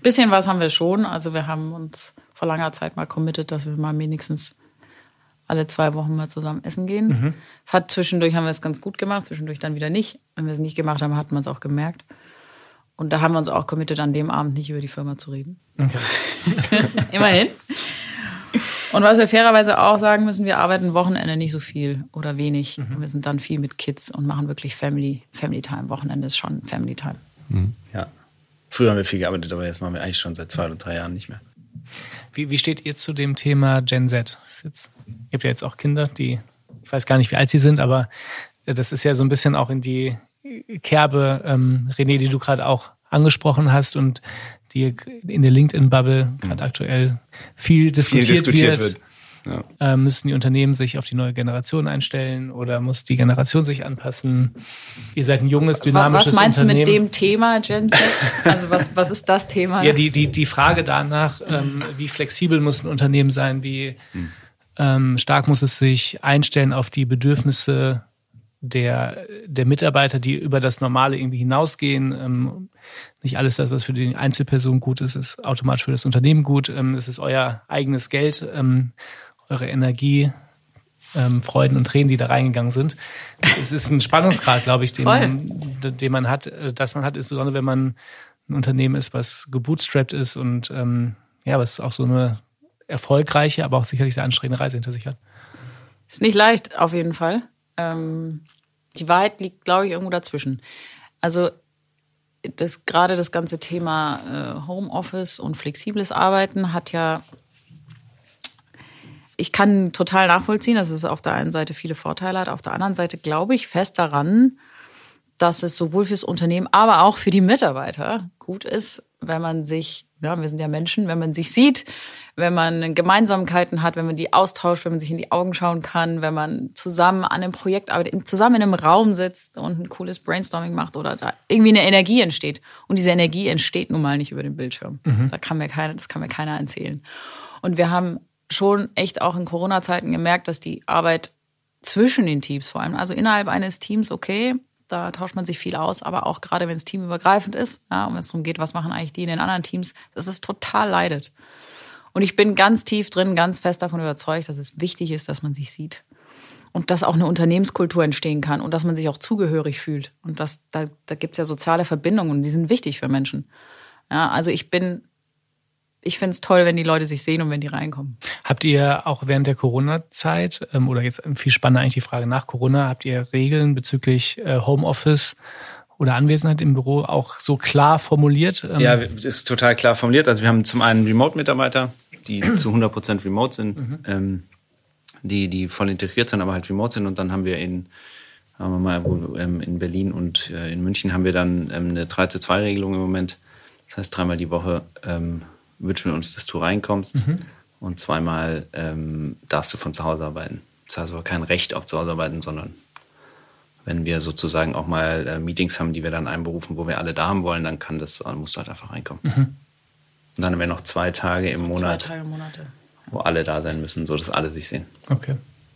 Bisschen was haben wir schon. Also wir haben uns vor langer Zeit mal committed, dass wir mal wenigstens alle zwei Wochen mal zusammen essen gehen. Mhm. Es hat zwischendurch haben wir es ganz gut gemacht, zwischendurch dann wieder nicht. Wenn wir es nicht gemacht haben, hat man es auch gemerkt. Und da haben wir uns auch committed, an dem Abend nicht über die Firma zu reden. Okay. Immerhin. Und was wir fairerweise auch sagen müssen, wir arbeiten Wochenende nicht so viel oder wenig. Mhm. Und wir sind dann viel mit Kids und machen wirklich Family, Family Time. Wochenende ist schon Family Time. Mhm. Ja. Früher haben wir viel gearbeitet, aber jetzt machen wir eigentlich schon seit zwei oder drei Jahren nicht mehr. Wie, wie steht ihr zu dem Thema Gen Z? Jetzt, ihr habt ja jetzt auch Kinder, die, ich weiß gar nicht, wie alt sie sind, aber das ist ja so ein bisschen auch in die Kerbe, ähm, René, die du gerade auch angesprochen hast und die in der LinkedIn-Bubble gerade mhm. aktuell viel diskutiert, viel diskutiert wird. wird. Ja. Äh, müssen die Unternehmen sich auf die neue Generation einstellen oder muss die Generation sich anpassen? Ihr seid ein junges, dynamisches Unternehmen. Was meinst Unternehmen. Du mit dem Thema Gen Z? Also was, was ist das Thema? Ja, die, die, die Frage danach, ähm, wie flexibel muss ein Unternehmen sein, wie hm. ähm, stark muss es sich einstellen auf die Bedürfnisse der, der Mitarbeiter, die über das Normale irgendwie hinausgehen. Ähm, nicht alles das, was für die Einzelperson gut ist, ist automatisch für das Unternehmen gut. Ähm, es ist euer eigenes Geld, ähm, eure Energie, ähm, Freuden und Tränen, die da reingegangen sind. Es ist ein Spannungsgrad, glaube ich, den man, den man hat, dass man hat, insbesondere wenn man ein Unternehmen ist, was gebootstrapped ist und ähm, ja, was auch so eine erfolgreiche, aber auch sicherlich sehr anstrengende Reise hinter sich hat. Ist nicht leicht, auf jeden Fall. Ähm, die Wahrheit liegt, glaube ich, irgendwo dazwischen. Also das, gerade das ganze Thema äh, Homeoffice und flexibles Arbeiten hat ja, ich kann total nachvollziehen, dass es auf der einen Seite viele Vorteile hat, auf der anderen Seite glaube ich fest daran, dass es sowohl fürs Unternehmen, aber auch für die Mitarbeiter gut ist, wenn man sich, ja, wir sind ja Menschen, wenn man sich sieht, wenn man Gemeinsamkeiten hat, wenn man die austauscht, wenn man sich in die Augen schauen kann, wenn man zusammen an einem Projekt arbeitet, zusammen in einem Raum sitzt und ein cooles Brainstorming macht oder da irgendwie eine Energie entsteht. Und diese Energie entsteht nun mal nicht über den Bildschirm. Mhm. Da kann mir keiner, das kann mir keiner erzählen. Und wir haben schon echt auch in Corona-Zeiten gemerkt, dass die Arbeit zwischen den Teams vor allem, also innerhalb eines Teams, okay, da tauscht man sich viel aus, aber auch gerade wenn es teamübergreifend ist, ja, und wenn es darum geht, was machen eigentlich die in den anderen Teams, dass es total leidet. Und ich bin ganz tief drin, ganz fest davon überzeugt, dass es wichtig ist, dass man sich sieht. Und dass auch eine Unternehmenskultur entstehen kann und dass man sich auch zugehörig fühlt. Und das, da, da gibt es ja soziale Verbindungen und die sind wichtig für Menschen. Ja, also ich bin, ich finde es toll, wenn die Leute sich sehen und wenn die reinkommen. Habt ihr auch während der Corona-Zeit, ähm, oder jetzt viel spannender eigentlich die Frage nach Corona, habt ihr Regeln bezüglich äh, Homeoffice oder Anwesenheit im Büro auch so klar formuliert? Ähm ja, ist total klar formuliert. Also wir haben zum einen Remote-Mitarbeiter, die zu hundert Prozent remote sind, mhm. ähm, die, die voll integriert sind, aber halt remote sind. Und dann haben wir in, haben wir mal, ähm, in Berlin und äh, in München haben wir dann ähm, eine drei zu zwei Regelung im Moment. Das heißt, dreimal die Woche ähm, wünschen wir uns, dass du reinkommst mhm. und zweimal ähm, darfst du von zu Hause arbeiten. Das heißt aber kein Recht auf zu Hause arbeiten, sondern wenn wir sozusagen auch mal äh, Meetings haben, die wir dann einberufen, wo wir alle da haben wollen, dann kann das, dann musst du halt einfach reinkommen. Mhm. Und dann haben wir noch zwei Tage im Monat, zwei Tage im Monat, wo alle da sein müssen, sodass alle sich sehen. Okay.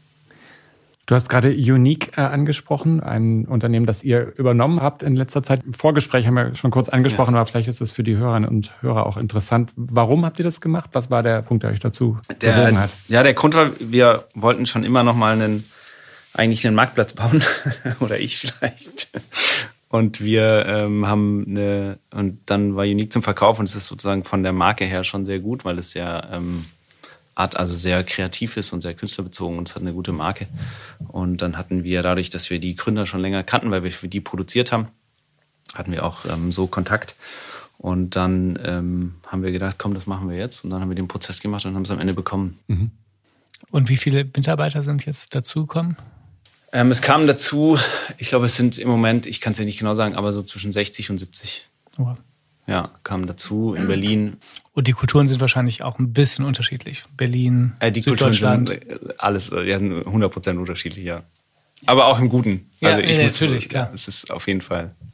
Du hast gerade Unique äh, angesprochen, ein Unternehmen, das ihr übernommen habt in letzter Zeit. Im Vorgespräch haben wir schon kurz angesprochen, ja. aber vielleicht ist es für die Hörerinnen und Hörer auch interessant. Warum habt ihr das gemacht? Was war der Punkt, der euch dazu der, bewogen hat? Ja, der Grund war, wir wollten schon immer noch mal einen, eigentlich einen Marktplatz bauen. Oder ich vielleicht. Und wir ähm, haben eine, und dann war Unique zum Verkauf und es ist sozusagen von der Marke her schon sehr gut, weil es ja ähm, Art, also sehr kreativ ist und sehr künstlerbezogen und es hat eine gute Marke. Und dann hatten wir dadurch, dass wir die Gründer schon länger kannten, weil wir für die produziert haben, hatten wir auch ähm, so Kontakt. Und dann ähm, haben wir gedacht, komm, das machen wir jetzt. Und dann haben wir den Prozess gemacht und haben es am Ende bekommen. Mhm. Und wie viele Mitarbeiter sind jetzt dazugekommen? Ähm, es kamen dazu, ich glaube, es sind im Moment, ich kann es ja nicht genau sagen, aber so zwischen sechzig und siebzig. Oh. Ja, kamen dazu in Berlin. Und die Kulturen sind wahrscheinlich auch ein bisschen unterschiedlich. Berlin, äh, die Süddeutschland. Kulturen sind alles, ja, hundert Prozent unterschiedlich, ja. Aber auch im Guten. Ja, also ich nee, muss, natürlich, klar. Es ist auf jeden Fall.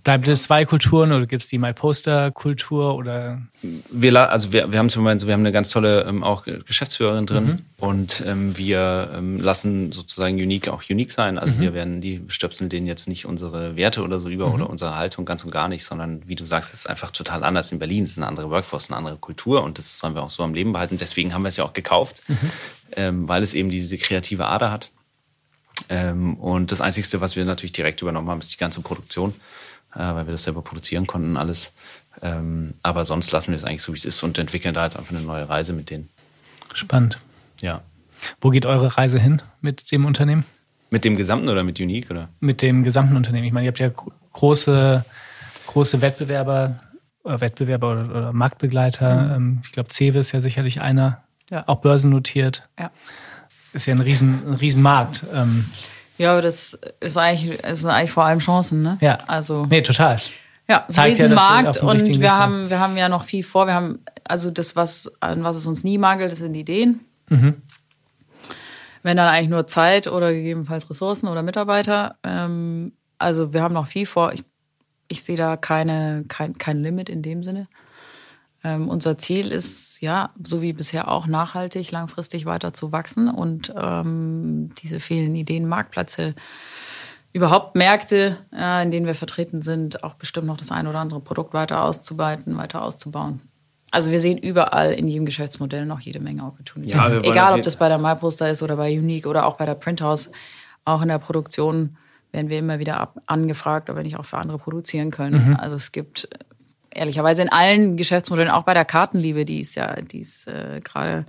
Bleibt es zwei Kulturen oder gibt es die MyPoster-Kultur oder? Wir, also wir, wir haben zum Moment, wir haben eine ganz tolle ähm, auch Geschäftsführerin drin mhm. und ähm, wir ähm, lassen sozusagen Unique auch unique sein. Also mhm. wir werden die stöpseln denen jetzt nicht unsere Werte oder so über mhm. oder unsere Haltung ganz und gar nicht, sondern wie du sagst, es ist einfach total anders in Berlin. Es ist eine andere Workforce, eine andere Kultur und das sollen wir auch so am Leben behalten. Deswegen haben wir es ja auch gekauft, mhm. ähm, weil es eben diese kreative Ader hat. Ähm, und das Einzige, was wir natürlich direkt übernommen haben, ist die ganze Produktion. Weil wir das selber produzieren konnten, alles. Ähm, aber sonst lassen wir es eigentlich so, wie es ist und entwickeln da jetzt einfach eine neue Reise mit denen. Spannend. Ja. Wo geht eure Reise hin mit dem Unternehmen? Mit dem Gesamten oder mit Unique? Oder? Mit dem gesamten Unternehmen. Ich meine, ihr habt ja große, große Wettbewerber, oder Wettbewerber oder, oder Marktbegleiter. Mhm. Ich glaube, Cewe ist ja sicherlich einer, ja. auch börsennotiert. Ja. Ist ja ein riesen, ein riesen Markt. Ähm, Ja, aber das ist eigentlich, ist eigentlich vor allem Chancen, ne? Ja. Also. Nee, total. Ja, es ist ein Riesenmarkt ja, und wir haben, wir haben ja noch viel vor. Wir haben, also das, was, an was es uns nie mangelt, das sind Ideen. Mhm. Wenn dann eigentlich nur Zeit oder gegebenenfalls Ressourcen oder Mitarbeiter. Ähm, also wir haben noch viel vor. Ich, ich sehe da keine, kein, kein Limit in dem Sinne. Ähm, unser Ziel ist, ja, so wie bisher auch, nachhaltig, langfristig weiter zu wachsen und ähm, diese vielen Ideen, Marktplätze, überhaupt Märkte, äh, in denen wir vertreten sind, auch bestimmt noch das ein oder andere Produkt weiter auszuweiten, weiter auszubauen. Also wir sehen überall in jedem Geschäftsmodell noch jede Menge Opportunities. Ja, egal, ob das bei der MyPoster ist oder bei Unique oder auch bei der Printhouse, auch in der Produktion werden wir immer wieder ab, angefragt, ob wir nicht auch für andere produzieren können. Mhm. Also es gibt ehrlicherweise in allen Geschäftsmodellen, auch bei der Kartenliebe, die ist ja, die ist äh, gerade,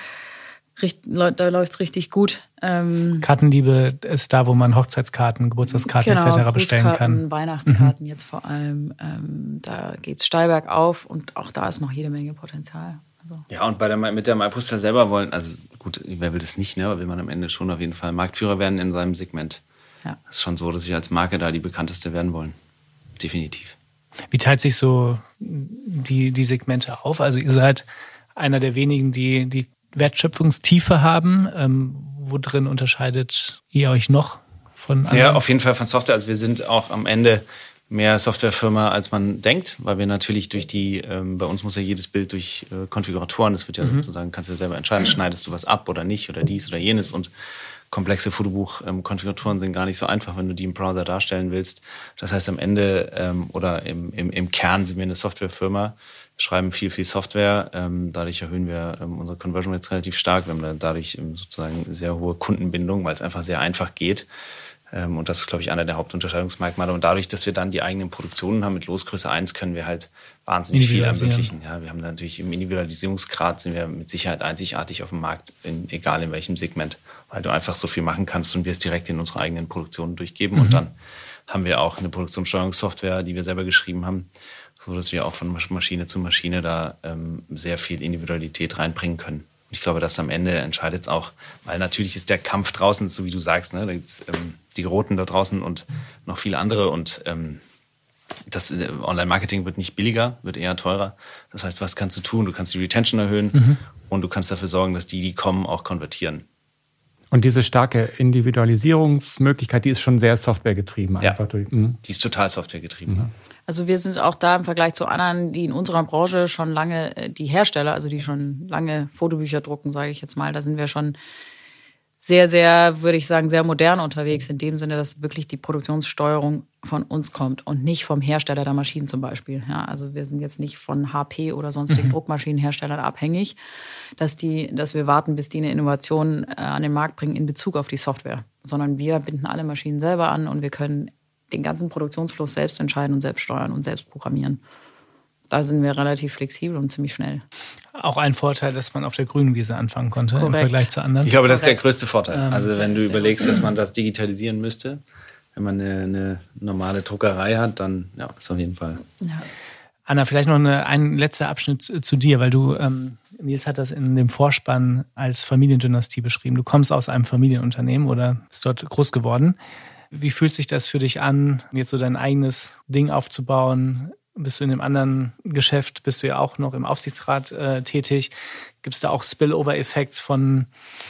da läuft es richtig gut. Ähm, Kartenliebe ist da, wo man Hochzeitskarten, Geburtstagskarten genau, et cetera bestellen kann. Weihnachtskarten mhm. jetzt vor allem. Ähm, da geht's steil bergauf und auch da ist noch jede Menge Potenzial. Also. Ja, und bei der, mit der MyPoster selber wollen, also gut, wer will das nicht, ne? Aber will man am Ende schon auf jeden Fall Marktführer werden in seinem Segment. Ja. Es ist schon so, dass wir als Marke da die bekannteste werden wollen. Definitiv. Wie teilt sich so die, die Segmente auf? Also ihr seid einer der wenigen, die die Wertschöpfungstiefe haben. Ähm, wo drin unterscheidet ihr euch noch von anderen? Ja, auf jeden Fall von Software. Also wir sind auch am Ende mehr Softwarefirma, als man denkt, weil wir natürlich durch die, ähm, bei uns muss ja jedes Bild durch äh, Konfiguratoren, das wird ja mhm. sozusagen, kannst du ja selber entscheiden, schneidest du was ab oder nicht oder dies oder jenes und komplexe Fotobuch-Konfiguratoren sind gar nicht so einfach, wenn du die im Browser darstellen willst. Das heißt, am Ende ähm, oder im, im, im Kern sind wir eine Softwarefirma, schreiben viel, viel Software. Ähm, dadurch erhöhen wir ähm, unsere Conversion Rates relativ stark. Wir haben dadurch ähm, sozusagen sehr hohe Kundenbindung, weil es einfach sehr einfach geht. Ähm, und das ist, glaube ich, einer der Hauptunterscheidungsmerkmale. Und dadurch, dass wir dann die eigenen Produktionen haben mit Losgröße eins, können wir halt wahnsinnig viel ermöglichen. Ja, wir haben natürlich im Individualisierungsgrad sind wir mit Sicherheit einzigartig auf dem Markt, in, egal in welchem Segment, weil du einfach so viel machen kannst und wir es direkt in unsere eigenen Produktionen durchgeben. Mhm. Und dann haben wir auch eine Produktionssteuerungssoftware, die wir selber geschrieben haben, so dass wir auch von Maschine zu Maschine da ähm, sehr viel Individualität reinbringen können. Und ich glaube, das am Ende entscheidet es auch, weil natürlich ist der Kampf draußen, so wie du sagst, ne, da gibt's ähm, die Roten da draußen und noch viele andere und ähm, das äh, Online-Marketing wird nicht billiger, wird eher teurer. Das heißt, was kannst du tun? Du kannst die Retention erhöhen mhm. und du kannst dafür sorgen, dass die, die kommen, auch konvertieren. Und diese starke Individualisierungsmöglichkeit, die ist schon sehr softwaregetrieben. Ja, einfach durch, mhm. die ist total softwaregetrieben. Mhm. Also wir sind auch da im Vergleich zu anderen, die in unserer Branche schon lange, die Hersteller, also die schon lange Fotobücher drucken, sage ich jetzt mal, da sind wir schon sehr, sehr, würde ich sagen, sehr modern unterwegs, in dem Sinne, dass wirklich die Produktionssteuerung von uns kommt und nicht vom Hersteller der Maschinen zum Beispiel. Ja, also wir sind jetzt nicht von H P oder sonstigen mhm. Druckmaschinenherstellern abhängig, dass, die, dass wir warten, bis die eine Innovation äh, an den Markt bringen in Bezug auf die Software, sondern wir binden alle Maschinen selber an und wir können den ganzen Produktionsfluss selbst entscheiden und selbst steuern und selbst programmieren. Da sind wir relativ flexibel und ziemlich schnell. Auch ein Vorteil, dass man auf der grünen Wiese anfangen konnte. Korrekt. Im Vergleich zu anderen. Ich glaube, das ist der größte Vorteil. Ähm, also wenn du überlegst, dass man das digitalisieren müsste, wenn man eine, eine normale Druckerei hat, dann ja, ist auf jeden Fall. Ja. Anna, vielleicht noch eine, ein letzter Abschnitt zu dir, weil du, ähm, Nils hat das in dem Vorspann als Familiendynastie beschrieben. Du kommst aus einem Familienunternehmen oder bist dort groß geworden. Wie fühlt sich das für dich an, jetzt so dein eigenes Ding aufzubauen? Bist du in einem anderen Geschäft? Bist du ja auch noch im Aufsichtsrat äh, tätig? Gibt es da auch Spillover-Effekts von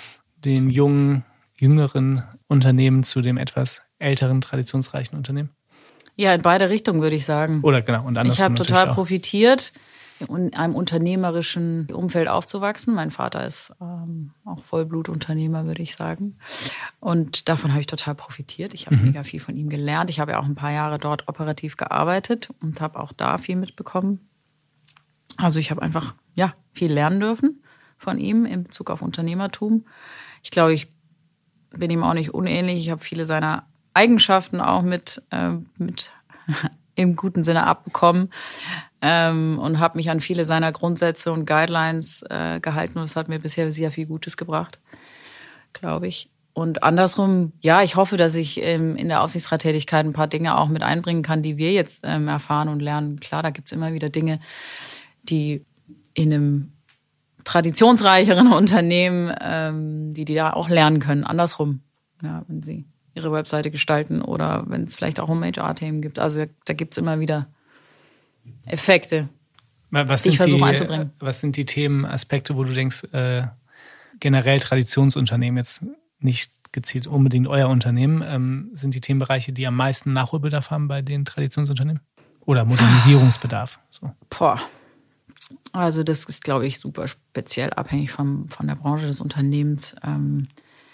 dem jungen, jüngeren Unternehmen zu dem etwas älteren, traditionsreichen Unternehmen? Ja, in beide Richtungen würde ich sagen. Oder genau. Und ich habe total profitiert, in einem unternehmerischen Umfeld aufzuwachsen. Mein Vater ist ähm, auch Vollblutunternehmer, würde ich sagen. Und davon habe ich total profitiert. Ich habe mhm. mega viel von ihm gelernt. Ich habe ja auch ein paar Jahre dort operativ gearbeitet und habe auch da viel mitbekommen. Also ich habe einfach ja viel lernen dürfen von ihm in Bezug auf Unternehmertum. Ich glaube, ich bin ihm auch nicht unähnlich. Ich habe viele seiner Eigenschaften auch mit, äh, mit im guten Sinne abbekommen ähm, und habe mich an viele seiner Grundsätze und Guidelines äh, gehalten. Und das hat mir bisher sehr viel Gutes gebracht, glaube ich. Und andersrum, ja, ich hoffe, dass ich ähm, in der Aufsichtsrattätigkeit ein paar Dinge auch mit einbringen kann, die wir jetzt ähm, erfahren und lernen. Klar, da gibt es immer wieder Dinge, die in einem traditionsreicheren Unternehmen, ähm, die die da auch lernen können. Andersrum, ja, wenn sie ihre Webseite gestalten oder wenn es vielleicht auch um H R-Themen gibt. Also da gibt es immer wieder Effekte, was die ich versuche einzubringen. Was sind die Themen, Aspekte, wo du denkst, äh, generell Traditionsunternehmen, jetzt nicht gezielt unbedingt euer Unternehmen, ähm, sind die Themenbereiche, die am meisten Nachholbedarf haben bei den Traditionsunternehmen? Oder Modernisierungsbedarf? So. Boah. Also das ist, glaube ich, super speziell abhängig vom, von der Branche des Unternehmens. Ähm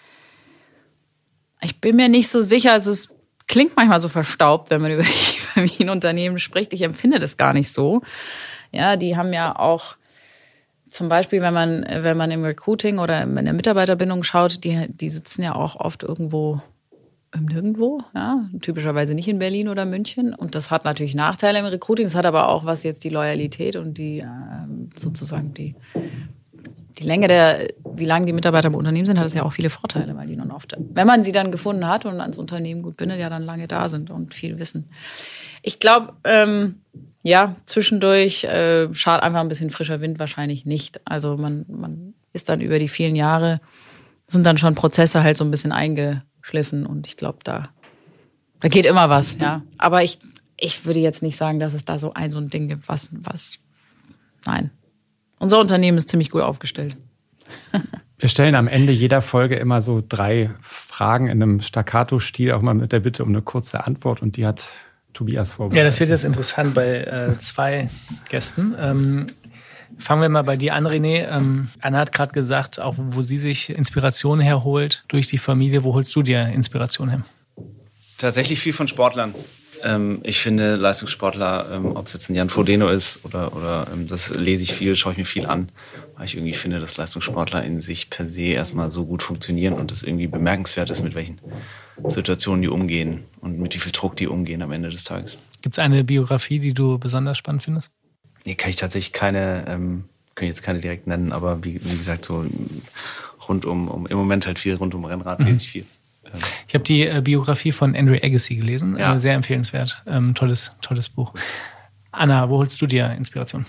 ich bin mir nicht so sicher, also es klingt manchmal so verstaubt, wenn man über die Familienunternehmen spricht. Ich empfinde das gar nicht so. Ja, die haben ja auch zum Beispiel, wenn man, wenn man im Recruiting oder in der Mitarbeiterbindung schaut, die, die sitzen ja auch oft irgendwo im Nirgendwo, ja, typischerweise nicht in Berlin oder München. Und das hat natürlich Nachteile im Recruiting. Das hat aber auch, was jetzt die Loyalität und die äh, sozusagen die, die Länge der, wie lange die Mitarbeiter im Unternehmen sind, hat es ja auch viele Vorteile, weil die nun oft, wenn man sie dann gefunden hat und ans Unternehmen gut bindet, ja dann lange da sind und viel wissen. Ich glaube, ähm, ja, zwischendurch äh, schadet einfach ein bisschen frischer Wind wahrscheinlich nicht. Also man, man ist dann über die vielen Jahre, sind dann schon Prozesse halt so ein bisschen eingeschliffen und ich glaube, da, da geht immer was, ja. Aber ich, ich würde jetzt nicht sagen, dass es da so ein so ein Ding gibt, was, was, nein. Unser Unternehmen ist ziemlich gut aufgestellt. Wir stellen am Ende jeder Folge immer so drei Fragen in einem Staccato-Stil, auch mal mit der Bitte um eine kurze Antwort und die hat Tobias vorbereitet. Ja, das wird jetzt interessant bei äh, zwei Gästen. Ähm, fangen wir mal bei dir an, René. Ähm, Anna hat gerade gesagt, auch wo sie sich Inspiration herholt durch die Familie. Wo holst du dir Inspiration her? Tatsächlich viel von Sportlern. Ähm, ich finde Leistungssportler, ähm, ob es jetzt ein Jan Frodeno ist oder, oder ähm, das lese ich viel, schaue ich mir viel an, weil ich irgendwie finde, dass Leistungssportler in sich per se erstmal so gut funktionieren und es irgendwie bemerkenswert ist, mit welchen Situationen die umgehen und mit wie viel Druck die umgehen am Ende des Tages. Gibt es eine Biografie, die du besonders spannend findest? Nee, kann ich tatsächlich keine, ähm, kann ich jetzt keine direkt nennen, aber wie, wie gesagt, so rund um, um, im Moment halt viel rund um Rennrad mhm. lese ich viel. Ähm. Ich habe die äh, Biografie von Andrew Agassi gelesen, ja. äh, sehr empfehlenswert, ähm, tolles, tolles Buch. Anna, wo holst du dir Inspiration?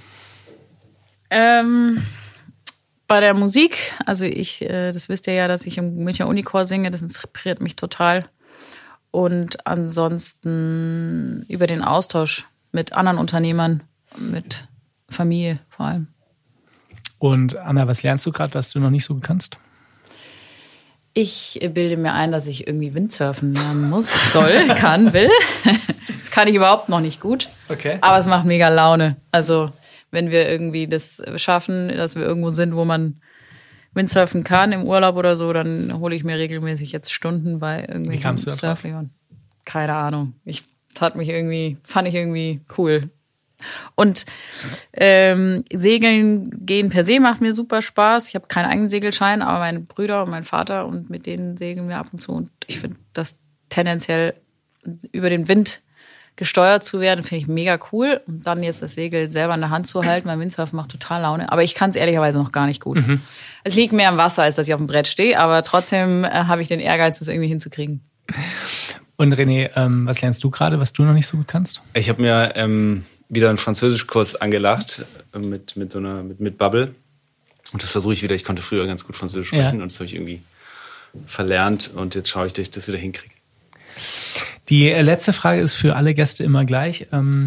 Ähm... Bei der Musik, also ich, das wisst ihr ja, dass ich im Münchner Unichor singe, das inspiriert mich total. Und ansonsten über den Austausch mit anderen Unternehmern, mit Familie vor allem. Und Anna, was lernst du gerade, was du noch nicht so kannst? Ich bilde mir ein, dass ich irgendwie Windsurfen lernen muss, soll, kann, will. Das kann ich überhaupt noch nicht gut. Okay. Aber es macht mega Laune. Also wenn wir irgendwie das schaffen, dass wir irgendwo sind, wo man Windsurfen kann, im Urlaub oder so, dann hole ich mir regelmäßig jetzt Stunden bei irgendwie Surfing. Keine Ahnung. Ich tat mich irgendwie, fand ich irgendwie cool. Und ähm, Segeln gehen per se macht mir super Spaß. Ich habe keinen eigenen Segelschein, aber meine Brüder und mein Vater und mit denen segeln wir ab und zu. Und ich finde das tendenziell über den Wind gesteuert zu werden, finde ich mega cool. Und dann jetzt das Segel selber in der Hand zu halten, beim Windsurfen macht total Laune. Aber ich kann es ehrlicherweise noch gar nicht gut. Mhm. Es liegt mehr am Wasser, als dass ich auf dem Brett stehe. Aber trotzdem äh, habe ich den Ehrgeiz, das irgendwie hinzukriegen. Und René, ähm, was lernst du gerade, was du noch nicht so gut kannst? Ich habe mir ähm, wieder einen Französischkurs angelacht äh, mit, mit so einer mit, mit Bubble. Und das versuche ich wieder. Ich konnte früher ganz gut Französisch sprechen ja. und das habe ich irgendwie verlernt. Und jetzt schaue ich, dass ich das wieder hinkriege. Die letzte Frage ist für alle Gäste immer gleich.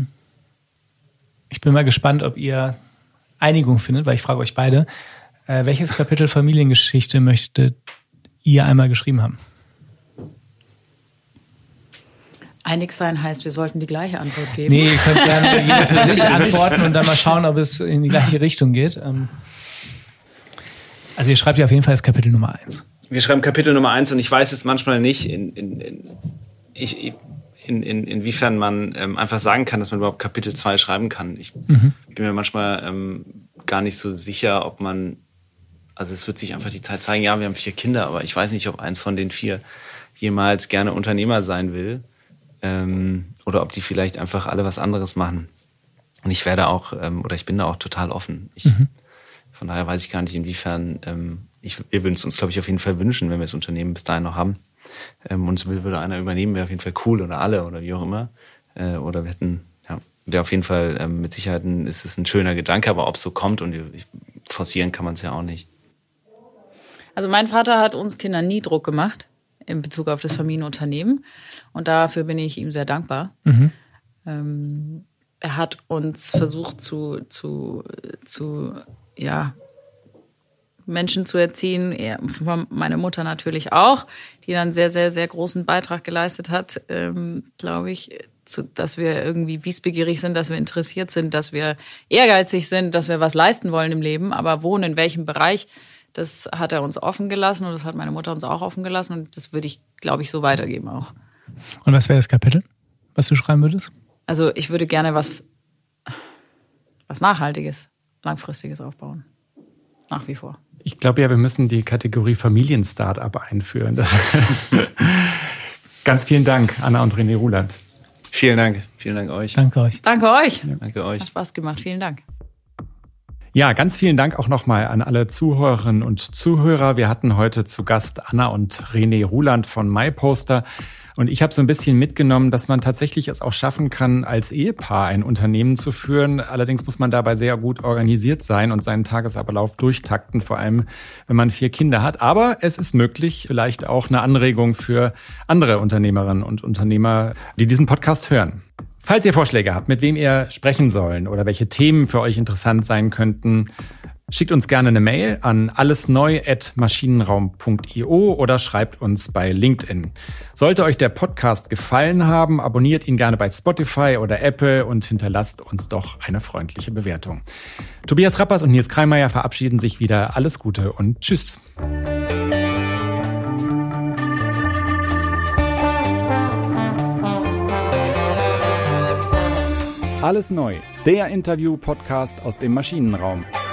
Ich bin mal gespannt, ob ihr Einigung findet, weil ich frage euch beide. Welches Kapitel Familiengeschichte möchtet ihr einmal geschrieben haben? Einig sein heißt, wir sollten die gleiche Antwort geben. Nee, ihr könnt gerne jeder für sich antworten und dann mal schauen, ob es in die gleiche Richtung geht. Also ihr schreibt ja auf jeden Fall das Kapitel Nummer eins. Wir schreiben Kapitel Nummer eins und ich weiß jetzt manchmal nicht, in, in, in, ich, in, in, inwiefern man ähm, einfach sagen kann, dass man überhaupt Kapitel zwei schreiben kann. Ich mhm. bin mir manchmal ähm, gar nicht so sicher, ob man, also es wird sich einfach die Zeit zeigen, ja, wir haben vier Kinder, aber ich weiß nicht, ob eins von den vier jemals gerne Unternehmer sein will. Ähm, oder ob die vielleicht einfach alle was anderes machen. Und ich werde auch, ähm, oder ich bin da auch total offen. Ich, mhm. Von daher weiß ich gar nicht, inwiefern, ähm, ich, wir würden es uns, glaube ich, auf jeden Fall wünschen, wenn wir das Unternehmen bis dahin noch haben. Ähm, uns will, würde einer übernehmen, wäre auf jeden Fall cool, oder alle, oder wie auch immer. Äh, oder wir hätten, ja, wäre auf jeden Fall, ähm, mit Sicherheit ein, ist es ein schöner Gedanke, aber ob es so kommt und ich, forcieren kann man es ja auch nicht. Also mein Vater hat uns Kindern nie Druck gemacht in Bezug auf das Familienunternehmen. Und dafür bin ich ihm sehr dankbar. Mhm. Ähm, er hat uns versucht zu, zu, zu ja, Menschen zu erziehen, er, meine Mutter natürlich auch, die dann sehr, sehr, sehr großen Beitrag geleistet hat, ähm, glaube ich, zu, dass wir irgendwie wissbegierig sind, dass wir interessiert sind, dass wir ehrgeizig sind, dass wir was leisten wollen im Leben. Aber wo und in welchem Bereich, das hat er uns offen gelassen und das hat meine Mutter uns auch offen gelassen. Und das würde ich, glaube ich, so weitergeben auch. Und was wäre das Kapitel, was du schreiben würdest? Also ich würde gerne was, was Nachhaltiges, Langfristiges aufbauen. Nach wie vor. Ich glaube ja, wir müssen die Kategorie Familien-Startup einführen. Das Ganz vielen Dank, Anna und René Ruland. Vielen Dank. Vielen Dank euch. Danke euch. Danke euch. Ja. Danke euch. Hat Spaß gemacht. Vielen Dank. Ja, ganz vielen Dank auch nochmal an alle Zuhörerinnen und Zuhörer. Wir hatten heute zu Gast Anna und René Ruland von MyPoster. Und ich habe so ein bisschen mitgenommen, dass man tatsächlich es auch schaffen kann, als Ehepaar ein Unternehmen zu führen. Allerdings muss man dabei sehr gut organisiert sein und seinen Tagesablauf durchtakten, vor allem wenn man vier Kinder hat. Aber es ist möglich, vielleicht auch eine Anregung für andere Unternehmerinnen und Unternehmer, die diesen Podcast hören. Falls ihr Vorschläge habt, mit wem ihr sprechen sollen oder welche Themen für euch interessant sein könnten, schickt uns gerne eine Mail an allesneu at maschinenraum punkt io oder schreibt uns bei LinkedIn. Sollte euch der Podcast gefallen haben, abonniert ihn gerne bei Spotify oder Apple und hinterlasst uns doch eine freundliche Bewertung. Tobias Rappers und Nils Kreimeier verabschieden sich wieder. Alles Gute und tschüss. Alles neu, der Interview-Podcast aus dem Maschinenraum.